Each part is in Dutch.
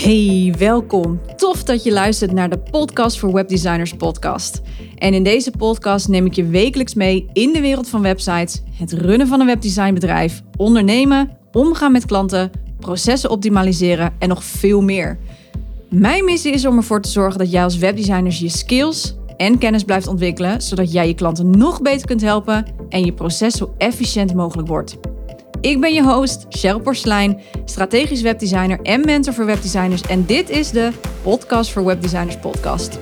Hey, welkom. Tof dat je luistert naar de Podcast voor Webdesigners podcast. En in deze podcast neem ik je wekelijks mee in de wereld van websites, het runnen van een webdesignbedrijf, ondernemen, omgaan met klanten, processen optimaliseren en nog veel meer. Mijn missie is om ervoor te zorgen dat jij als webdesigner je skills en kennis blijft ontwikkelen, zodat jij je klanten nog beter kunt helpen en je proces zo efficiënt mogelijk wordt. Ik ben je host, Cheryl Porcelein, strategisch webdesigner en mentor voor webdesigners. En dit is de Podcast voor Webdesigners podcast.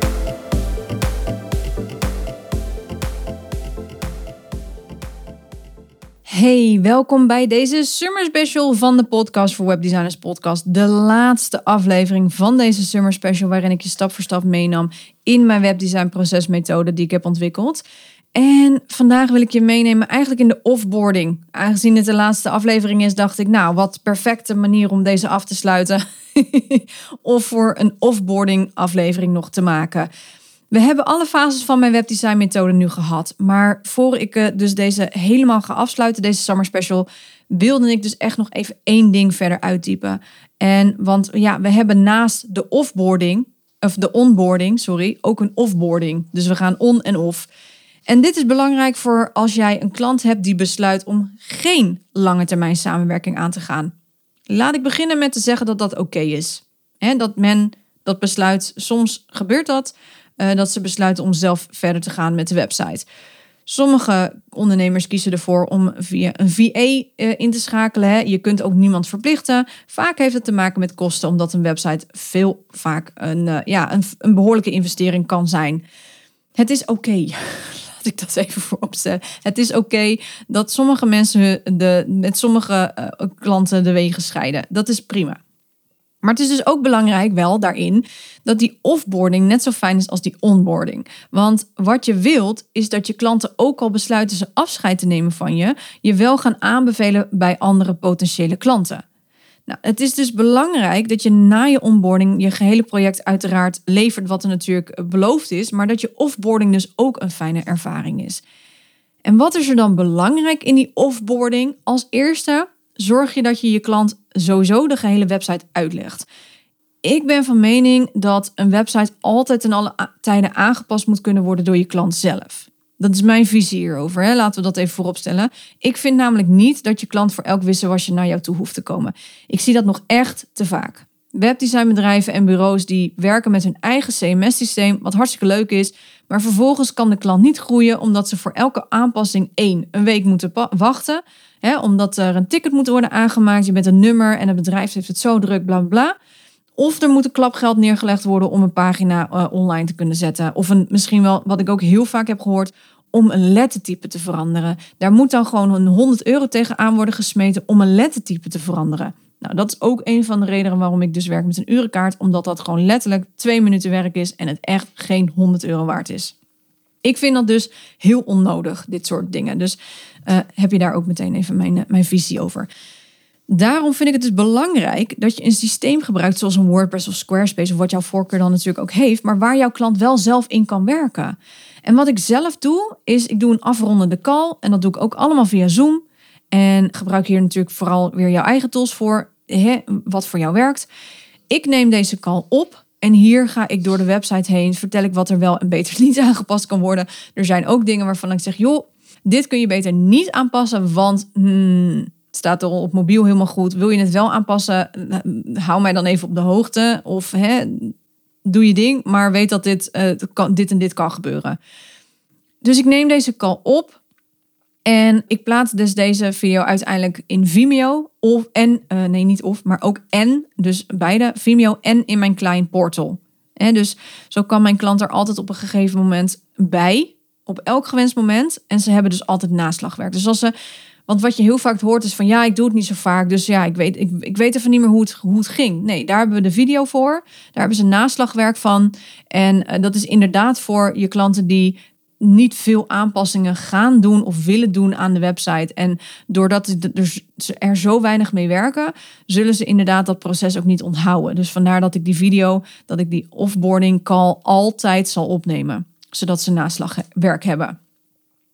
Hey, welkom bij deze Summer Special van de Podcast voor Webdesigners podcast. De laatste aflevering van deze Summer Special waarin ik je stap voor stap meenam in mijn webdesign procesmethode die ik heb ontwikkeld. En vandaag wil ik je meenemen eigenlijk in de offboarding. Aangezien het de laatste aflevering is, dacht ik, nou, wat perfecte manier om deze af te sluiten. Of voor een offboarding aflevering nog te maken. We hebben alle fases van mijn webdesign methode nu gehad. Maar voor ik dus deze helemaal ga afsluiten, deze summer special, wilde ik dus echt nog even één ding verder uitdiepen. Want ja, we hebben naast de onboarding, ook een offboarding. Dus we gaan on en off. En dit is belangrijk voor als jij een klant hebt die besluit om geen lange termijn samenwerking aan te gaan. Laat ik beginnen met te zeggen dat dat oké is. Dat men dat besluit, soms gebeurt dat ze besluiten om zelf verder te gaan met de website. Sommige ondernemers kiezen ervoor om via een VA in te schakelen. Je kunt ook niemand verplichten. Vaak heeft het te maken met kosten, omdat een website vaak een behoorlijke investering kan zijn. Het is oké. Laat ik dat even vooropstellen. Het is oké dat sommige mensen met sommige klanten de wegen scheiden. Dat is prima. Maar het is dus ook belangrijk wel daarin dat die offboarding net zo fijn is als die onboarding. Want wat je wilt is dat je klanten ook al besluiten ze afscheid te nemen van je wel gaan aanbevelen bij andere potentiële klanten. Nou, het is dus belangrijk dat je na je onboarding je gehele project uiteraard levert wat er natuurlijk beloofd is, maar dat je offboarding dus ook een fijne ervaring is. En wat is er dan belangrijk in die offboarding? Als eerste zorg je dat je je klant sowieso de gehele website uitlegt. Ik ben van mening dat een website altijd ten alle tijden aangepast moet kunnen worden door je klant zelf. Dat is mijn visie hierover. Laten we dat even voorop stellen. Ik vind namelijk niet dat je klant voor elk wisselwasje naar jou toe hoeft te komen. Ik zie dat nog echt te vaak. Webdesignbedrijven en bureaus die werken met hun eigen CMS-systeem, wat hartstikke leuk is. Maar vervolgens kan de klant niet groeien omdat ze voor elke aanpassing een week moeten wachten. Omdat er een ticket moet worden aangemaakt. Je bent een nummer en het bedrijf heeft het zo druk, bla bla. Of er moet een klapgeld neergelegd worden om een pagina online te kunnen zetten. Of misschien wel, wat ik ook heel vaak heb gehoord, om een lettertype te veranderen. Daar moet dan gewoon €100 tegenaan worden gesmeten om een lettertype te veranderen. Nou, dat is ook een van de redenen waarom ik dus werk met een urenkaart. Omdat dat gewoon letterlijk 2 minuten werk is en het echt geen €100 waard is. Ik vind dat dus heel onnodig, dit soort dingen. Dus heb je daar ook meteen even mijn visie over. Daarom vind ik het dus belangrijk dat je een systeem gebruikt zoals een WordPress of Squarespace of wat jouw voorkeur dan natuurlijk ook heeft, maar waar jouw klant wel zelf in kan werken. En wat ik zelf doe, is ik doe een afrondende call en dat doe ik ook allemaal via Zoom. En gebruik hier natuurlijk vooral weer jouw eigen tools voor, wat voor jou werkt. Ik neem deze call op en hier ga ik door de website heen, vertel ik wat er wel en beter niet aangepast kan worden. Er zijn ook dingen waarvan ik zeg, joh, dit kun je beter niet aanpassen, want het staat er op mobiel helemaal goed. Wil je het wel aanpassen? Hou mij dan even op de hoogte. Of doe je ding, maar weet dat dit en dit kan gebeuren. Dus ik neem deze call op. En ik plaats dus deze video uiteindelijk in Vimeo. Dus beide, Vimeo en in mijn client portal. Dus zo kan mijn klant er altijd op een gegeven moment bij. Op elk gewenst moment. En ze hebben dus altijd naslagwerk. Dus want wat je heel vaak hoort is van ja, ik doe het niet zo vaak. Dus ja, ik weet even niet meer hoe het ging. Nee, daar hebben we de video voor. Daar hebben ze naslagwerk van. En dat is inderdaad voor je klanten die niet veel aanpassingen gaan doen of willen doen aan de website. En doordat ze er zo weinig mee werken, zullen ze inderdaad dat proces ook niet onthouden. Dus vandaar dat ik die offboarding call altijd zal opnemen. Zodat ze naslagwerk hebben.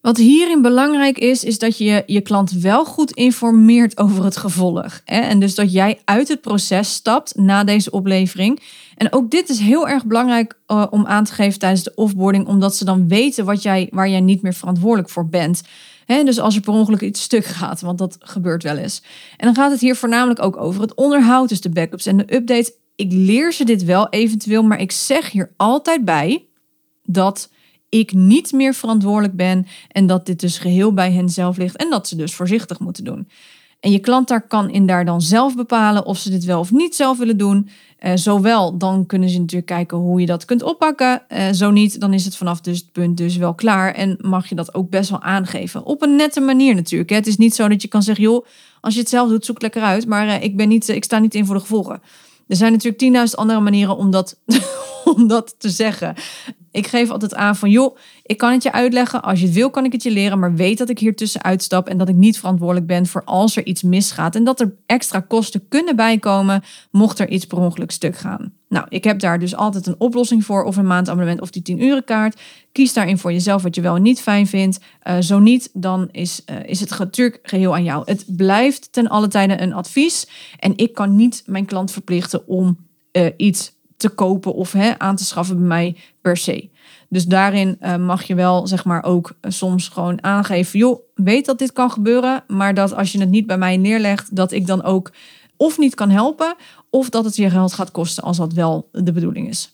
Wat hierin belangrijk is dat je je klant wel goed informeert over het gevolg. En dus dat jij uit het proces stapt na deze oplevering. En ook dit is heel erg belangrijk om aan te geven tijdens de offboarding, omdat ze dan weten waar jij niet meer verantwoordelijk voor bent. Dus als er per ongeluk iets stuk gaat, want dat gebeurt wel eens. En dan gaat het hier voornamelijk ook over het onderhoud, dus de backups en de updates. Ik leer ze dit wel eventueel, maar ik zeg hier altijd bij dat ik niet meer verantwoordelijk ben en dat dit dus geheel bij hen zelf ligt en dat ze dus voorzichtig moeten doen. En je klant kan dan zelf bepalen of ze dit wel of niet zelf willen doen. Zowel, dan kunnen ze natuurlijk kijken hoe je dat kunt oppakken. Zo niet, dan is het vanaf dus het punt dus wel klaar. En mag je dat ook best wel aangeven. Op een nette manier natuurlijk. Het is niet zo dat je kan zeggen, joh, als je het zelf doet, zoek het lekker uit. Maar ik sta niet in voor de gevolgen. Er zijn natuurlijk 10.000 andere manieren om dat te zeggen. Ik geef altijd aan van, joh, ik kan het je uitleggen. Als je het wil, kan ik het je leren. Maar weet dat ik hier tussenuit stap en dat ik niet verantwoordelijk ben voor als er iets misgaat. En dat er extra kosten kunnen bijkomen mocht er iets per ongeluk stuk gaan. Nou, ik heb daar dus altijd een oplossing voor. Of een maandabonnement of die 10 € kaart. Kies daarin voor jezelf wat je wel en niet fijn vindt. Zo niet, dan is het natuurlijk geheel aan jou. Het blijft ten alle tijde een advies. En ik kan niet mijn klant verplichten om iets te kopen of aan te schaffen bij mij per se. Dus daarin mag je wel zeg maar ook soms gewoon aangeven, joh, weet dat dit kan gebeuren, maar dat als je het niet bij mij neerlegt, dat ik dan ook of niet kan helpen, of dat het je geld gaat kosten als dat wel de bedoeling is.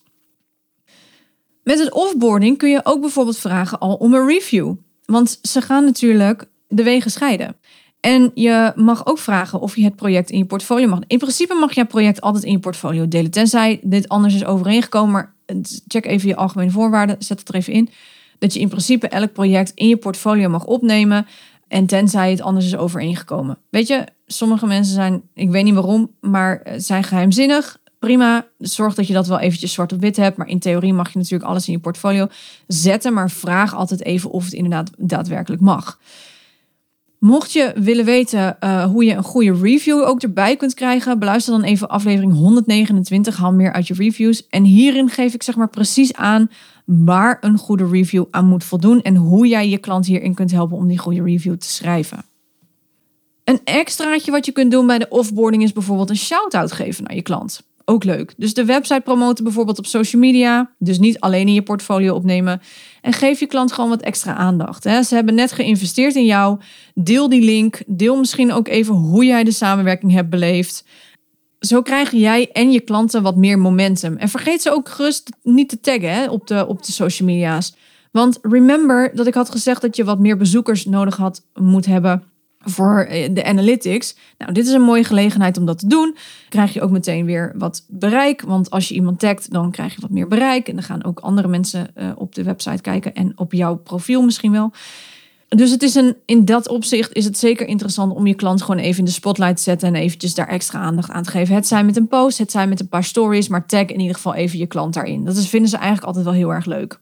Met het offboarding kun je ook bijvoorbeeld vragen al om een review. Want ze gaan natuurlijk de wegen scheiden. En je mag ook vragen of je het project in je portfolio mag. In principe mag je het project altijd in je portfolio delen. Tenzij dit anders is overeengekomen. Maar check even je algemene voorwaarden. Zet het er even in. Dat je in principe elk project in je portfolio mag opnemen. En tenzij het anders is overeengekomen. Weet je, sommige mensen zijn, ik weet niet waarom, maar zijn geheimzinnig. Prima, zorg dat je dat wel eventjes zwart op wit hebt. Maar in theorie mag je natuurlijk alles in je portfolio zetten. Maar vraag altijd even of het inderdaad daadwerkelijk mag. Mocht je willen weten hoe je een goede review ook erbij kunt krijgen, beluister dan even aflevering 129, haal meer uit je reviews. En hierin geef ik zeg maar precies aan waar een goede review aan moet voldoen en hoe jij je klant hierin kunt helpen om die goede review te schrijven. Een extraatje wat je kunt doen bij de offboarding is bijvoorbeeld een shout-out geven naar je klant. Ook leuk. Dus de website promoten bijvoorbeeld op social media. Dus niet alleen in je portfolio opnemen. En geef je klant gewoon wat extra aandacht. Ze hebben net geïnvesteerd in jou. Deel die link. Deel misschien ook even hoe jij de samenwerking hebt beleefd. Zo krijgen jij en je klanten wat meer momentum. En vergeet ze ook gerust niet te taggen op de social media's. Want remember dat ik had gezegd dat je wat meer bezoekers nodig moet hebben voor de analytics. Nou, dit is een mooie gelegenheid om dat te doen. Krijg je ook meteen weer wat bereik. Want als je iemand tagt, dan krijg je wat meer bereik. En dan gaan ook andere mensen op de website kijken. En op jouw profiel misschien wel. Dus in dat opzicht is het zeker interessant om je klant gewoon even in de spotlight te zetten. En eventjes daar extra aandacht aan te geven. Het zij met een post, het zij met een paar stories. Maar tag in ieder geval even je klant daarin. Vinden ze eigenlijk altijd wel heel erg leuk.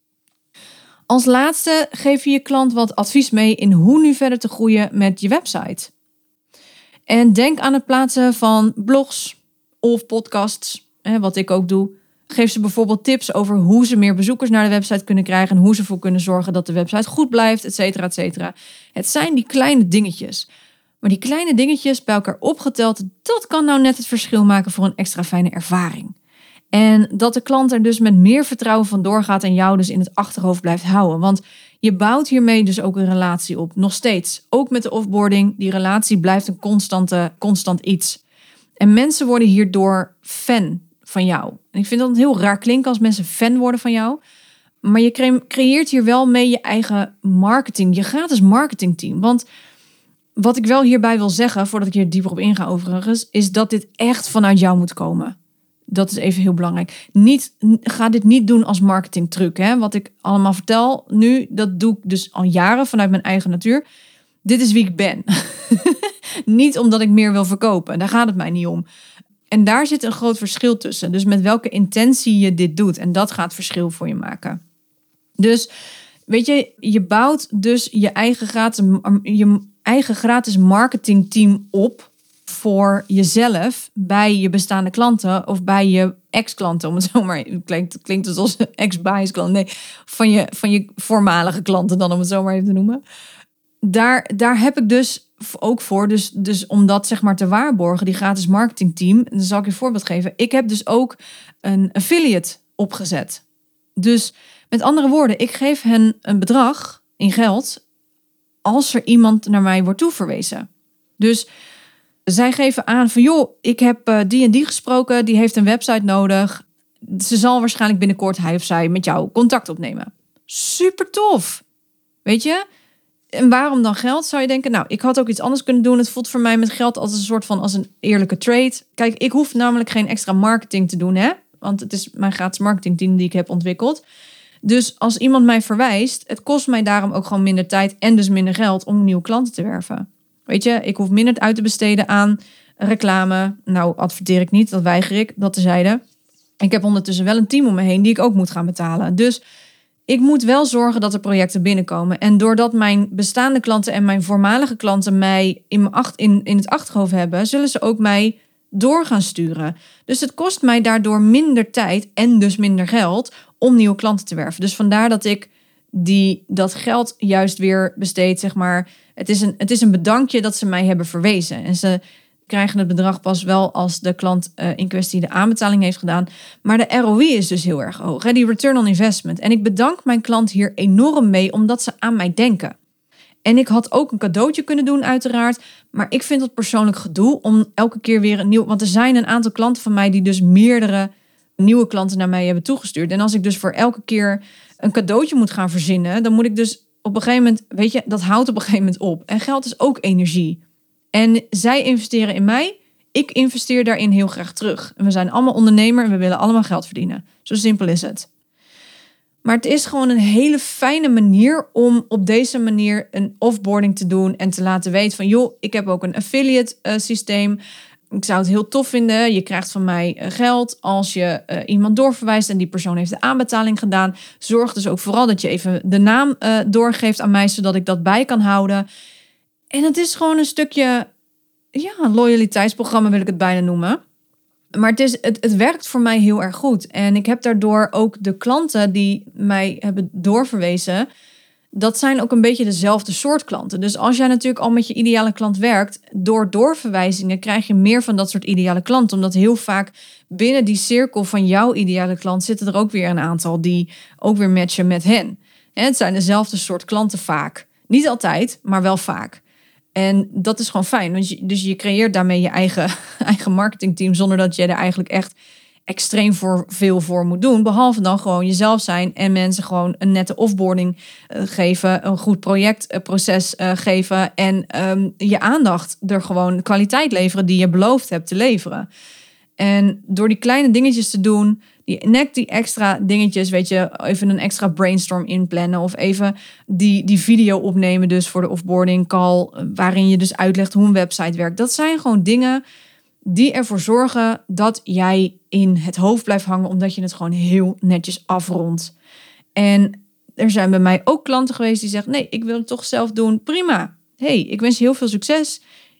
Als laatste geef je je klant wat advies mee in hoe nu verder te groeien met je website. En denk aan het plaatsen van blogs of podcasts, wat ik ook doe. Geef ze bijvoorbeeld tips over hoe ze meer bezoekers naar de website kunnen krijgen en hoe ze ervoor kunnen zorgen dat de website goed blijft, et cetera, et cetera. Het zijn die kleine dingetjes. Maar die kleine dingetjes bij elkaar opgeteld, dat kan nou net het verschil maken voor een extra fijne ervaring. En dat de klant er dus met meer vertrouwen van doorgaat en jou dus in het achterhoofd blijft houden. Want je bouwt hiermee dus ook een relatie op. Nog steeds. Ook met de offboarding. Die relatie blijft een constant iets. En mensen worden hierdoor fan van jou. En ik vind dat heel raar klinken als mensen fan worden van jou. Maar je creëert hier wel mee je eigen marketing. Je gratis marketingteam. Want wat ik wel hierbij wil zeggen, voordat ik hier dieper op inga overigens, is dat dit echt vanuit jou moet komen. Dat is even heel belangrijk. Ga dit niet doen als marketingtruc. Wat ik allemaal vertel nu, dat doe ik dus al jaren vanuit mijn eigen natuur. Dit is wie ik ben. Niet omdat ik meer wil verkopen. Daar gaat het mij niet om. En daar zit een groot verschil tussen. Dus met welke intentie je dit doet. En dat gaat verschil voor je maken. Dus weet je bouwt dus je eigen gratis marketingteam op voor jezelf bij je bestaande klanten of bij je ex-klanten, om het zo maar, klinkt het als een ex-bias klant, nee, van je voormalige klanten dan, om het zo maar even te noemen. Daar heb ik dus ook voor, dus om dat zeg maar te waarborgen, die gratis marketingteam, dan zal ik je een voorbeeld geven. Ik heb dus ook een affiliate opgezet. Dus met andere woorden, ik geef hen een bedrag in geld als er iemand naar mij wordt toeverwezen. Dus zij geven aan van, joh, ik heb die en die gesproken, die heeft een website nodig. Ze zal waarschijnlijk binnenkort hij of zij met jou contact opnemen. Super tof. Weet je? En waarom dan geld, zou je denken? Nou, ik had ook iets anders kunnen doen. Het voelt voor mij met geld als een soort van als een eerlijke trade. Kijk, ik hoef namelijk geen extra marketing te doen, hè? Want het is mijn gratis marketingteam die ik heb ontwikkeld. Dus als iemand mij verwijst, het kost mij daarom ook gewoon minder tijd en dus minder geld om nieuwe klanten te werven. Weet je, ik hoef minder uit te besteden aan reclame. Nou, adverteer ik niet, dat weiger ik, dat tezijde. Ik heb ondertussen wel een team om me heen die ik ook moet gaan betalen. Dus ik moet wel zorgen dat er projecten binnenkomen. En doordat mijn bestaande klanten en mijn voormalige klanten mij in het achterhoofd hebben, zullen ze ook mij door gaan sturen. Dus het kost mij daardoor minder tijd en dus minder geld om nieuwe klanten te werven. Dus vandaar dat ik dat geld juist weer besteed, zeg maar. Het is een bedankje dat ze mij hebben verwezen. En ze krijgen het bedrag pas wel als de klant in kwestie de aanbetaling heeft gedaan. Maar de ROI is dus heel erg hoog. Hè? Die return on investment. En ik bedank mijn klant hier enorm mee, omdat ze aan mij denken. En ik had ook een cadeautje kunnen doen uiteraard. Maar ik vind het persoonlijk gedoe om elke keer weer een nieuw. Want er zijn een aantal klanten van mij die dus meerdere nieuwe klanten naar mij hebben toegestuurd. En als ik dus voor elke keer een cadeautje moet gaan verzinnen, dan moet ik dus op een gegeven moment, weet je, dat houdt op een gegeven moment op. En geld is ook energie. En zij investeren in mij. Ik investeer daarin heel graag terug. En we zijn allemaal ondernemer en we willen allemaal geld verdienen. Zo simpel is het. Maar het is gewoon een hele fijne manier om op deze manier een offboarding te doen en te laten weten van, joh, ik heb ook een affiliate systeem. Ik zou het heel tof vinden. Je krijgt van mij geld als je iemand doorverwijst en die persoon heeft de aanbetaling gedaan. Zorg dus ook vooral dat je even de naam doorgeeft aan mij, zodat ik dat bij kan houden. En het is gewoon een stukje, loyaliteitsprogramma wil ik het bijna noemen. Maar het werkt voor mij heel erg goed. En ik heb daardoor ook de klanten die mij hebben doorverwezen, dat zijn ook een beetje dezelfde soort klanten. Dus als jij natuurlijk al met je ideale klant werkt, door doorverwijzingen krijg je meer van dat soort ideale klanten. Omdat heel vaak binnen die cirkel van jouw ideale klant zitten er ook weer een aantal die ook weer matchen met hen. En het zijn dezelfde soort klanten vaak. Niet altijd, maar wel vaak. En dat is gewoon fijn. Dus je creëert daarmee je eigen marketingteam zonder dat je er eigenlijk echt extreem veel voor moet doen. Behalve dan gewoon jezelf zijn en mensen gewoon een nette offboarding geven. Een goed projectproces geven. En je aandacht er gewoon kwaliteit leveren die je beloofd hebt te leveren. En door die kleine dingetjes te doen, die extra dingetjes, weet je, even een extra brainstorm inplannen of even die video opnemen dus voor de offboarding call, waarin je dus uitlegt hoe een website werkt. Dat zijn gewoon dingen die ervoor zorgen dat jij in het hoofd blijft hangen, omdat je het gewoon heel netjes afrondt. En er zijn bij mij ook klanten geweest die zeggen, nee, ik wil het toch zelf doen. Prima. Hey, ik wens je heel veel succes.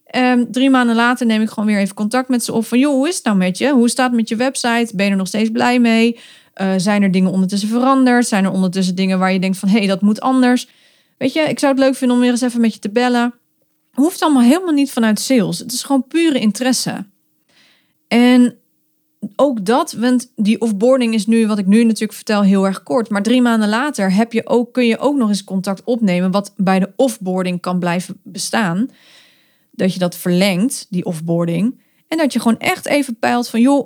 3 maanden later neem ik gewoon weer even contact met ze op. Van, joh, hoe is het nou met je? Hoe staat het met je website? Ben je er nog steeds blij mee? Zijn er dingen ondertussen veranderd? Zijn er ondertussen dingen waar je denkt van, hey, dat moet anders? Weet je, ik zou het leuk vinden om weer eens even met je te bellen. Hoeft allemaal helemaal niet vanuit sales. Het is gewoon pure interesse. En ook dat, want die offboarding is nu, wat ik nu natuurlijk vertel, heel erg kort. Maar 3 maanden later kun je ook nog eens contact opnemen, wat bij de offboarding kan blijven bestaan. Dat je dat verlengt, die offboarding. En dat je gewoon echt even peilt van, joh,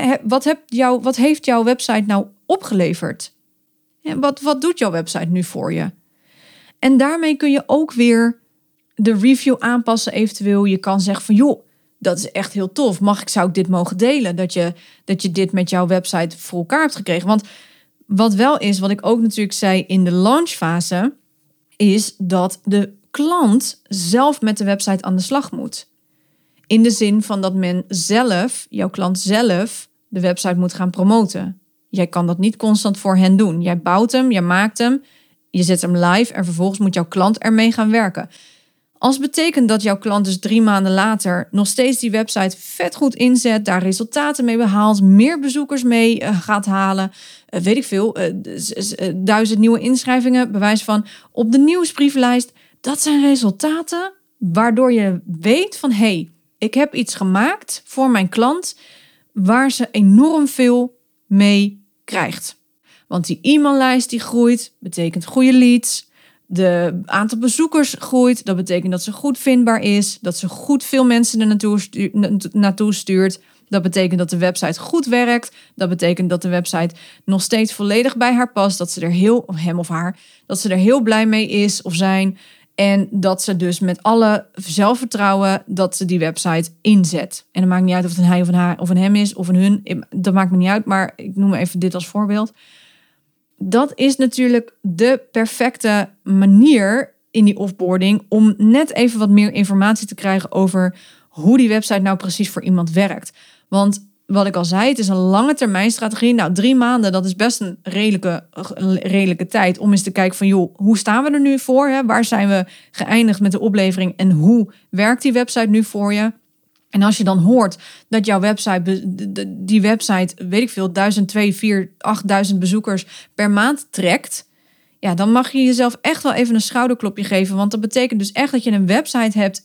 wat heeft jouw website nou opgeleverd? Wat doet jouw website nu voor je? En daarmee kun je ook weer de review aanpassen eventueel. Je kan zeggen van, joh, dat is echt heel tof. Zou ik dit mogen delen? Dat je dit met jouw website voor elkaar hebt gekregen. Want wat wel is, wat ik ook natuurlijk zei in de launchfase, is dat de klant zelf met de website aan de slag moet. In de zin van dat jouw klant zelf, de website moet gaan promoten. Jij kan dat niet constant voor hen doen. Jij bouwt hem, jij maakt hem, je zet hem live en vervolgens moet jouw klant ermee gaan werken. Als betekent dat jouw klant dus 3 maanden later nog steeds die website vet goed inzet, daar resultaten mee behaalt, meer bezoekers mee gaat halen, weet ik veel, 1000 nieuwe inschrijvingen, bewijs van op de nieuwsbrieflijst. Dat zijn resultaten waardoor je weet van ik heb iets gemaakt voor mijn klant waar ze enorm veel mee krijgt. Want die e-maillijst die groeit, betekent goede leads. De aantal bezoekers groeit, dat betekent dat ze goed vindbaar is, dat ze goed veel mensen er naartoe stuurt. Dat betekent dat de website goed werkt. Dat betekent dat de website nog steeds volledig bij haar past, dat ze er hem of haar, dat ze er heel blij mee is of zijn. En dat ze dus met alle zelfvertrouwen dat ze die website inzet. En het maakt niet uit of het een hij of een haar of een hem is of een hun. Dat maakt me niet uit, maar ik noem even dit als voorbeeld. Dat is natuurlijk de perfecte manier in die offboarding om net even wat meer informatie te krijgen over hoe die website nou precies voor iemand werkt. Want wat ik al zei, het is een lange termijn strategie. Nou, 3 maanden, dat is best een redelijke tijd om eens te kijken van hoe staan we er nu voor? Hè? Waar zijn we geëindigd met de oplevering en hoe werkt die website nu voor je? En als je dan hoort dat jouw die website, weet ik veel, 1000, 2000, 4000, 8000 bezoekers per maand trekt, ja, dan mag je jezelf echt wel even een schouderklopje geven. Want dat betekent dus echt dat je een website hebt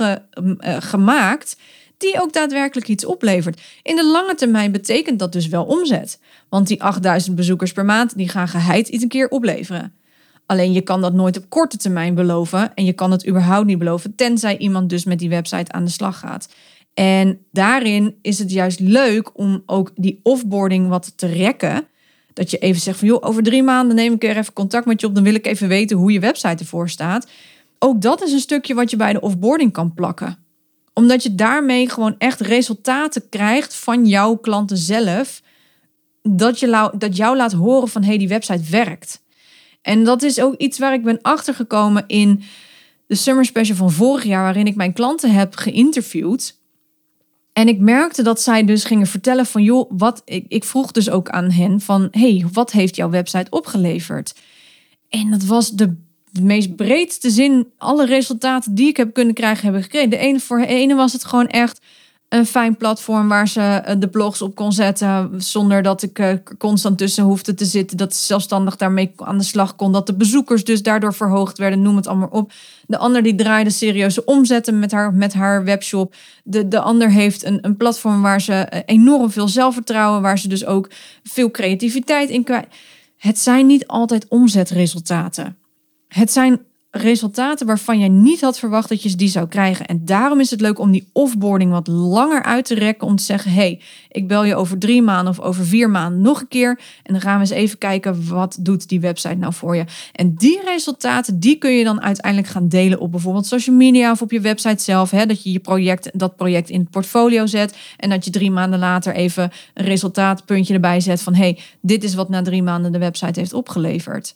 gemaakt die ook daadwerkelijk iets oplevert. In de lange termijn betekent dat dus wel omzet. Want die 8000 bezoekers per maand, die gaan geheid iets een keer opleveren. Alleen je kan dat nooit op korte termijn beloven. En je kan het überhaupt niet beloven, tenzij iemand dus met die website aan de slag gaat. En daarin is het juist leuk om ook die offboarding wat te rekken. Dat je even zegt van over 3 maanden neem ik er even contact met je op. Dan wil ik even weten hoe je website ervoor staat. Ook dat is een stukje wat je bij de offboarding kan plakken. Omdat je daarmee gewoon echt resultaten krijgt van jouw klanten zelf. Dat jou laat horen van die website werkt. En dat is ook iets waar ik ben achtergekomen in de Summer Special van vorig jaar, waarin ik mijn klanten heb geïnterviewd. En ik merkte dat zij dus gingen vertellen van ik vroeg dus ook aan hen van wat heeft jouw website opgeleverd? En dat was de meest breedste zin. Alle resultaten die ik heb kunnen krijgen, hebben gekregen. Voor de ene was het gewoon echt een fijn platform waar ze de blogs op kon zetten zonder dat ik constant tussen hoefde te zitten. Dat ze zelfstandig daarmee aan de slag kon. Dat de bezoekers dus daardoor verhoogd werden. Noem het allemaal op. De ander die draaide serieuze omzetten met haar webshop. De ander heeft een platform waar ze enorm veel zelfvertrouwen. Waar ze dus ook veel creativiteit in kwijt. Het zijn niet altijd omzetresultaten. Het zijn resultaten waarvan jij niet had verwacht dat je die zou krijgen. En daarom is het leuk om die offboarding wat langer uit te rekken. Om te zeggen, ik bel je over 3 maanden of over 4 maanden nog een keer. En dan gaan we eens even kijken, wat doet die website nou voor je? En die resultaten, die kun je dan uiteindelijk gaan delen op bijvoorbeeld social media of op je website zelf. Dat je dat project in het portfolio zet. En dat je 3 maanden later even een resultaatpuntje erbij zet van dit is wat na 3 maanden de website heeft opgeleverd.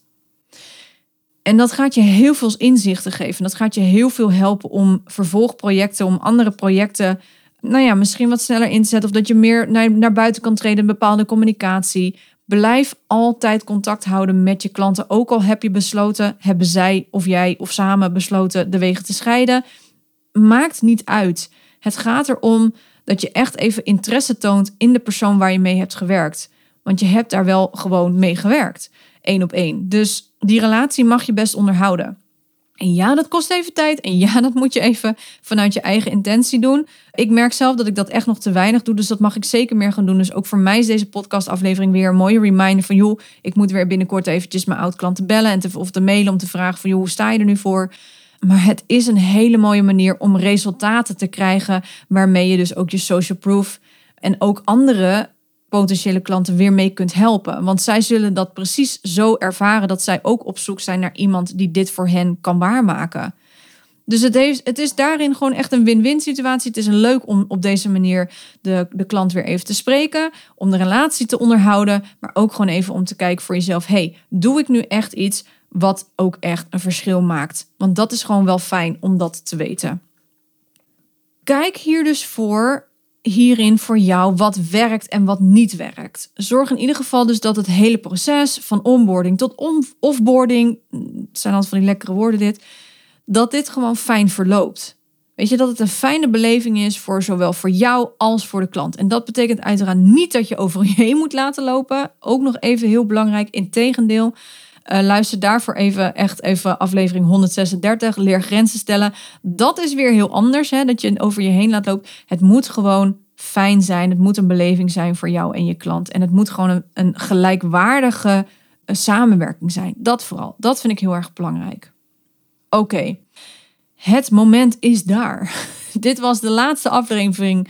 En dat gaat je heel veel inzichten geven. Dat gaat je heel veel helpen om vervolgprojecten, om andere projecten, misschien wat sneller in te zetten. Of dat je meer naar buiten kan treden in bepaalde communicatie. Blijf altijd contact houden met je klanten. Ook al heb je besloten, hebben zij of jij of samen besloten de wegen te scheiden. Maakt niet uit. Het gaat erom dat je echt even interesse toont in de persoon waar je mee hebt gewerkt. Want je hebt daar wel gewoon mee gewerkt. 1 op 1. Dus die relatie mag je best onderhouden. En ja, dat kost even tijd. En ja, dat moet je even vanuit je eigen intentie doen. Ik merk zelf dat ik dat echt nog te weinig doe. Dus dat mag ik zeker meer gaan doen. Dus ook voor mij is deze podcastaflevering weer een mooie reminder van ik moet weer binnenkort eventjes mijn oud-klanten bellen of te mailen om te vragen van hoe sta je er nu voor? Maar het is een hele mooie manier om resultaten te krijgen waarmee je dus ook je social proof en ook andere potentiële klanten weer mee kunt helpen. Want zij zullen dat precies zo ervaren dat zij ook op zoek zijn naar iemand die dit voor hen kan waarmaken. Dus het is daarin gewoon echt een win-win situatie. Het is leuk om op deze manier de klant weer even te spreken, om de relatie te onderhouden, maar ook gewoon even om te kijken voor jezelf, doe ik nu echt iets wat ook echt een verschil maakt? Want dat is gewoon wel fijn om dat te weten. Kijk hier dus hierin voor jou wat werkt en wat niet werkt. Zorg in ieder geval dus dat het hele proces van onboarding tot offboarding, het zijn altijd van die lekkere woorden dit, dat dit gewoon fijn verloopt. Weet je, dat het een fijne beleving is voor zowel voor jou als voor de klant. En dat betekent uiteraard niet dat je over je heen moet laten lopen. Ook nog even heel belangrijk, integendeel. Luister daarvoor even aflevering 136, leer grenzen stellen. Dat is weer heel anders, hè, dat je over je heen laat lopen. Het moet gewoon fijn zijn. Het moet een beleving zijn voor jou en je klant. En het moet gewoon een gelijkwaardige samenwerking zijn. Dat vooral. Dat vind ik heel erg belangrijk. Oké. Het moment is daar. Dit was de laatste aflevering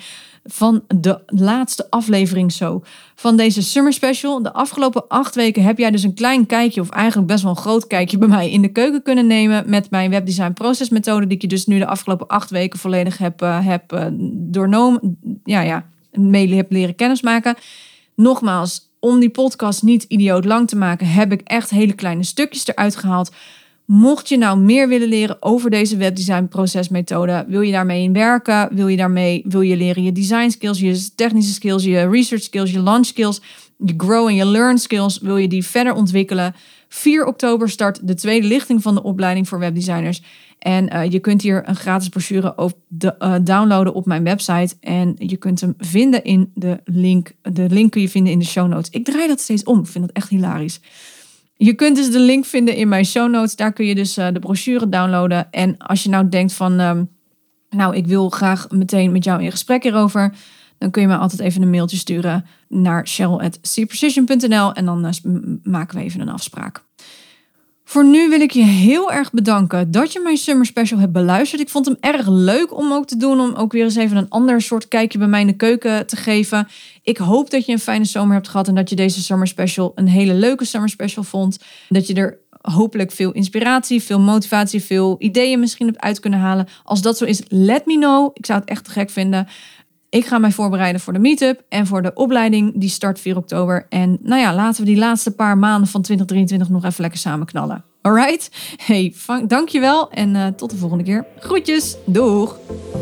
van deze Summer Special. De afgelopen 8 weken heb jij dus een klein kijkje, of eigenlijk best wel een groot kijkje bij mij in de keuken kunnen nemen met mijn webdesign procesmethode, die ik je dus nu de afgelopen 8 weken volledig heb doornomen. Mee heb leren kennismaken. Nogmaals, om die podcast niet idioot lang te maken, heb ik echt hele kleine stukjes eruit gehaald. Mocht je nou meer willen leren over deze webdesign procesmethode, wil je daarmee werken, wil je leren je design skills, je technische skills, je research skills, je launch skills, je grow en je learn skills, wil je die verder ontwikkelen. 4 oktober start de tweede lichting van de opleiding voor webdesigners. En je kunt hier een gratis brochure downloaden op mijn website. En je kunt hem vinden in de link. De link kun je vinden in de show notes. Ik draai dat steeds om. Ik vind dat echt hilarisch. Je kunt dus de link vinden in mijn show notes. Daar kun je dus de brochure downloaden. En als je nou denkt van, ik wil graag meteen met jou in gesprek hierover, dan kun je me altijd even een mailtje sturen naar cheryl@cprecision.nl en dan maken we even een afspraak. Voor nu wil ik je heel erg bedanken dat je mijn Summer Special hebt beluisterd. Ik vond hem erg leuk om ook te doen, om ook weer eens even een ander soort kijkje bij mij in de keuken te geven. Ik hoop dat je een fijne zomer hebt gehad en dat je deze Summer Special een hele leuke Summer Special vond. Dat je er hopelijk veel inspiratie, veel motivatie, veel ideeën misschien hebt uit kunnen halen. Als dat zo is, let me know. Ik zou het echt te gek vinden. Ik ga mij voorbereiden voor de meetup en voor de opleiding. Die start 4 oktober. En laten we die laatste paar maanden van 2023 nog even lekker samen knallen. Alright? Hey, dankjewel en tot de volgende keer. Groetjes. Doeg!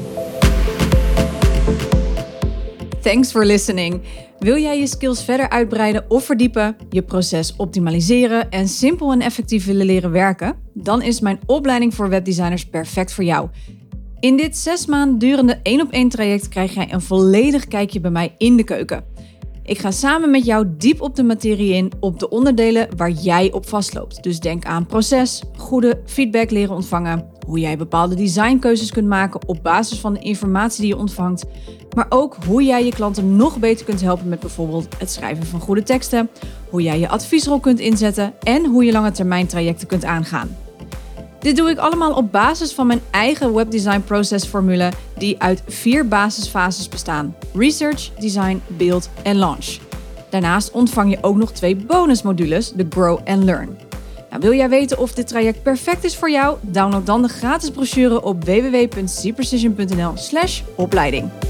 Thanks for listening. Wil jij je skills verder uitbreiden of verdiepen, je proces optimaliseren en simpel en effectief willen leren werken? Dan is mijn opleiding voor webdesigners perfect voor jou. In dit 6 maanden durende 1-op-1 traject krijg jij een volledig kijkje bij mij in de keuken. Ik ga samen met jou diep op de materie in op de onderdelen waar jij op vastloopt. Dus denk aan proces, goede feedback leren ontvangen, hoe jij bepaalde designkeuzes kunt maken op basis van de informatie die je ontvangt, maar ook hoe jij je klanten nog beter kunt helpen met bijvoorbeeld het schrijven van goede teksten, hoe jij je adviesrol kunt inzetten en hoe je lange termijn trajecten kunt aangaan. Dit doe ik allemaal op basis van mijn eigen webdesign procesformule die uit 4 basisfases bestaan: research, design, build en launch. Daarnaast ontvang je ook nog 2 bonusmodules, de grow en learn. Wil jij weten of dit traject perfect is voor jou? Download dan de gratis brochure op www.cprecision.nl/opleiding.